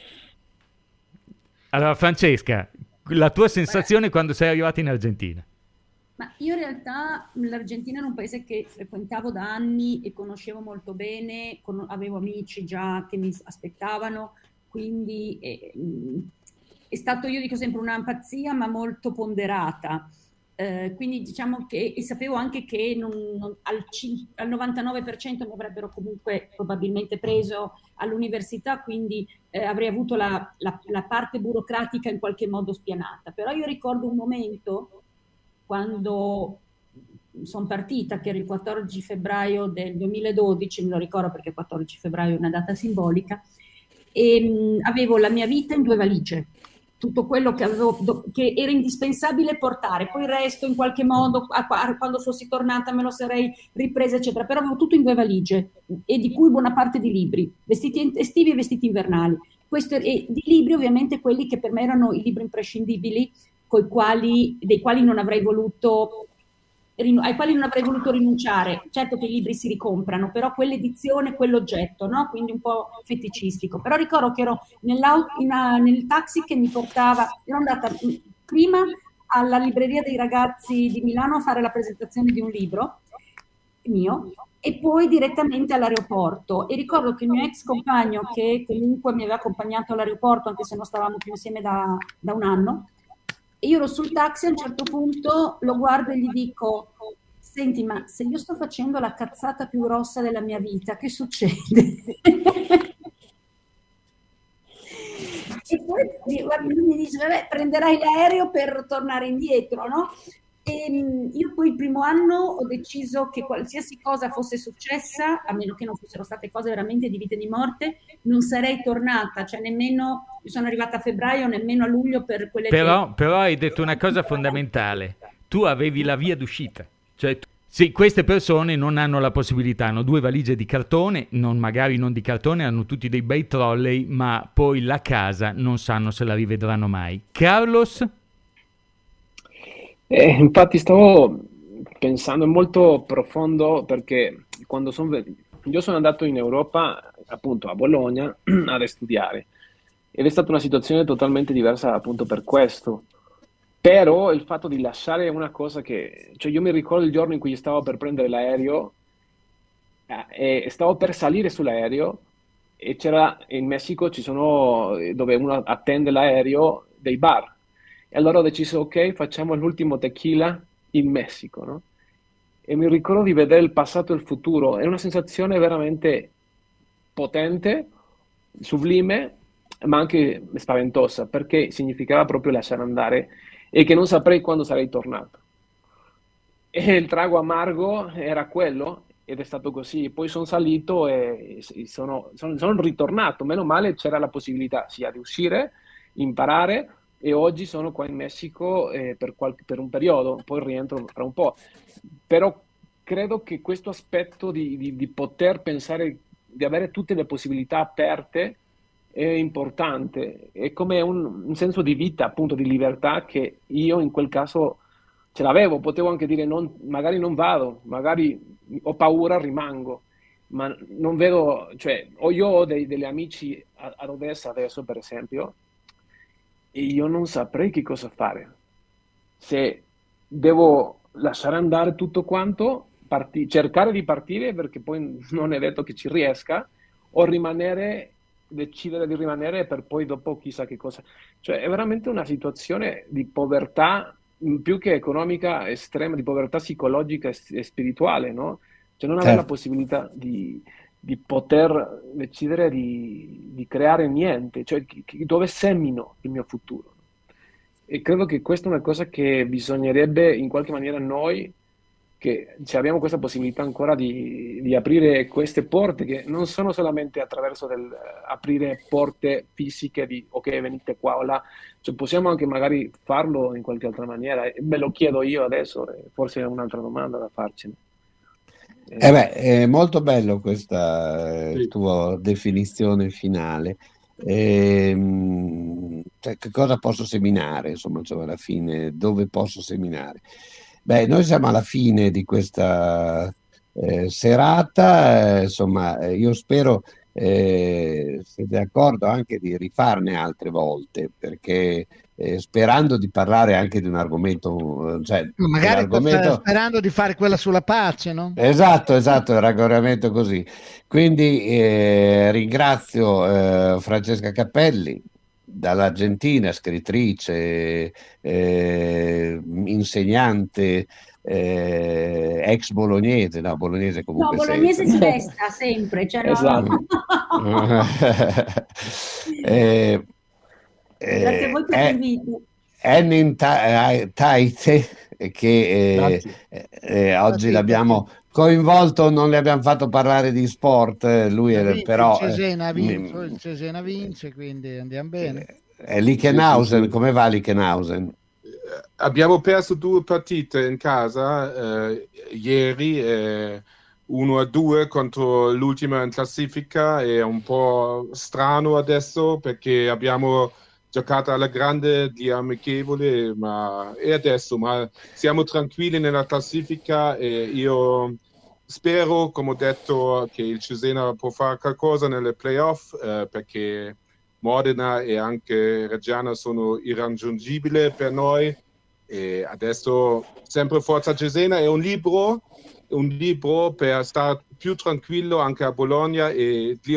Allora, Francesca, la tua sensazione quando sei arrivata in Argentina? Ma io in realtà l'Argentina era un paese che frequentavo da anni e conoscevo molto bene, avevo amici già che mi aspettavano, quindi è stato, io dico sempre, una pazzia ma molto ponderata. Quindi diciamo che, e sapevo anche che al 99% mi avrebbero comunque probabilmente preso all'università, quindi avrei avuto la parte burocratica in qualche modo spianata. Però io ricordo un momento quando sono partita, che era il 14 febbraio del 2012, me lo ricordo perché il 14 febbraio è una data simbolica, e avevo la mia vita in 2 valigie, tutto quello che avevo, che era indispensabile portare, poi il resto in qualche modo quando fossi tornata me lo sarei ripresa, eccetera, però avevo tutto in 2 valigie, e di cui buona parte di libri, vestiti estivi e vestiti invernali. E di libri ovviamente quelli che per me erano i libri imprescindibili, dei quali non avrei voluto ai quali non avrei voluto rinunciare. Certo che i libri si ricomprano, però quell'edizione, quell'oggetto, no? Quindi un po' feticistico. Però ricordo che ero nel taxi che mi portava, ero andata prima alla libreria dei ragazzi di Milano a fare la presentazione di un libro mio, e poi direttamente all'aeroporto, e ricordo che il mio ex compagno, che comunque mi aveva accompagnato all'aeroporto anche se non stavamo più insieme da un anno, e io ero sul taxi, a un certo punto lo guardo e gli dico: senti, ma se io sto facendo la cazzata più grossa della mia vita, che succede? E poi mi dice: vabbè, prenderai l'aereo per tornare indietro, no? E io poi il primo anno ho deciso che qualsiasi cosa fosse successa, a meno che non fossero state cose veramente di vita e di morte, non sarei tornata, cioè nemmeno, sono arrivata a febbraio, nemmeno a luglio per quelle Però hai detto una cosa fondamentale: tu avevi la via d'uscita, cioè sì, queste persone non hanno la possibilità, hanno 2 valigie di cartone, magari non di cartone, hanno tutti dei bei trolley, ma poi la casa non sanno se la rivedranno mai. Carlos? Infatti stavo pensando, è molto profondo, perché io sono andato in Europa, appunto a Bologna, ad studiare, ed è stata una situazione totalmente diversa appunto per questo. Però il fatto di lasciare una cosa cioè io mi ricordo il giorno in cui stavo per prendere l'aereo, e stavo per salire sull'aereo, e c'era in Messico, ci sono, dove uno attende l'aereo, dei bar. E allora ho deciso: ok, facciamo l'ultimo tequila in Messico, no? E mi ricordo di vedere il passato e il futuro. È una sensazione veramente potente, sublime, ma anche spaventosa, perché significava proprio lasciare andare e che non saprei quando sarei tornato. E il trago amargo era quello, ed è stato così. Poi sono salito e sono ritornato. Meno male c'era la possibilità sia di uscire, imparare, e oggi sono qua in Messico per un periodo, poi rientro fra un po'. Però credo che questo aspetto di poter pensare, di avere tutte le possibilità aperte è importante, è come un senso di vita, appunto, di libertà, che io in quel caso ce l'avevo. Potevo anche dire magari non vado, magari ho paura, rimango, ma non vedo, cioè, io ho degli amici ad Odessa adesso, per esempio, e io non saprei che cosa fare. Se devo lasciare andare tutto quanto, cercare di partire, perché poi non è detto che ci riesca, o decidere di rimanere per poi dopo chissà che cosa. Cioè è veramente una situazione di povertà, più che economica, estrema, di povertà psicologica e spirituale, no? Cioè non avere la possibilità di poter decidere di creare niente, cioè dove semino il mio futuro. E credo che questa è una cosa che bisognerebbe in qualche maniera noi, che abbiamo questa possibilità ancora di aprire queste porte, che non sono solamente attraverso aprire porte fisiche di ok, venite qua o là, cioè possiamo anche magari farlo in qualche altra maniera. Me lo chiedo io adesso, forse è un'altra domanda da farci. È molto bello questa tua definizione finale. Cioè, che cosa posso seminare, insomma, alla fine, dove posso seminare? Beh, noi siamo alla fine di questa serata, insomma, io spero siete d'accordo anche di rifarne altre volte, perché sperando di parlare anche di un argomento, magari sperando di fare quella sulla pace, no? Esatto, il ragionamento così. Quindi ringrazio Francesca Cappelli, dall'Argentina, scrittrice, insegnante, ex bolognese, no, bolognese comunque. No, bolognese si resta sempre, cioè esatto. Grazie a voi per l'invito. Henning Taite, che oggi l'abbiamo coinvolto, non le abbiamo fatto parlare di sport, lui però il Cesena vince, quindi andiamo bene. Lichenhausen, come va Lichenhausen? Abbiamo perso 2 partite in casa ieri, 1-2 contro l'ultima in classifica. È un po' strano adesso perché abbiamo giocato alla grande di amichevole, ma siamo tranquilli nella classifica e io spero, come ho detto, che il Cesena può fare qualcosa nelle playoff, perché Modena e anche Reggiana sono irraggiungibili per noi, e adesso sempre Forza Cesena. È un libro per stare più tranquillo anche a Bologna, e gli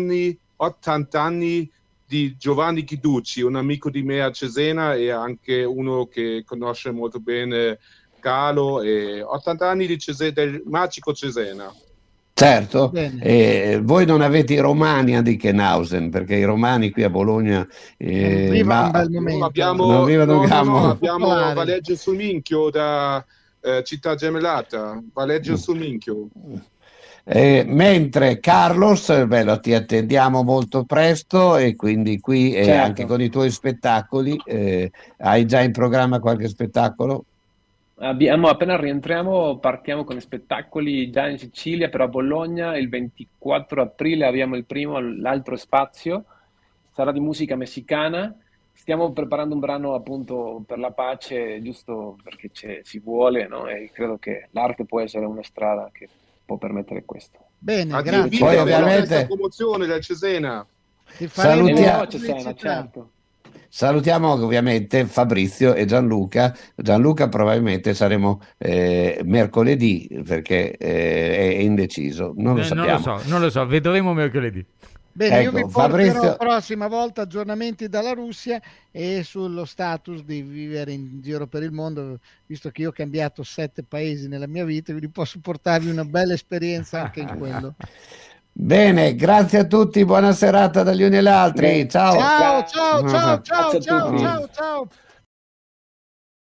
80 anni di Giovanni Chiducci, un amico di me a Cesena e anche uno che conosce molto bene Galo, e 80 anni del magico Cesena. Certo, voi non avete i romani a Lichenhausen, perché i romani qui a Bologna abbiamo Valeggio sul Minchio da Città Gemellata, Valeggio sul Minchio. Mentre Carlos, ti attendiamo molto presto, e quindi qui anche con i tuoi spettacoli, hai già in programma qualche spettacolo? Appena rientriamo partiamo con spettacoli già in Sicilia, però a Bologna il 24 aprile abbiamo il primo, l'altro spazio, sarà di musica messicana. Stiamo preparando un brano appunto per la pace, giusto perché si vuole, no? E credo che l'arte può essere una strada che può permettere questo. Bene, grazie. Poi ovviamente promozione del Cesena. Salutiamo ovviamente Fabrizio e Gianluca. Gianluca probabilmente saremo mercoledì, perché è indeciso, non lo sappiamo. Non lo so, vedremo mercoledì. Bene, io vi porterò la prossima volta aggiornamenti dalla Russia e sullo status di vivere in giro per il mondo, visto che io ho cambiato 7 paesi nella mia vita, quindi posso portarvi una bella esperienza anche in quello. Bene, grazie a tutti, buona serata dagli uni agli altri. Ciao. Ciao.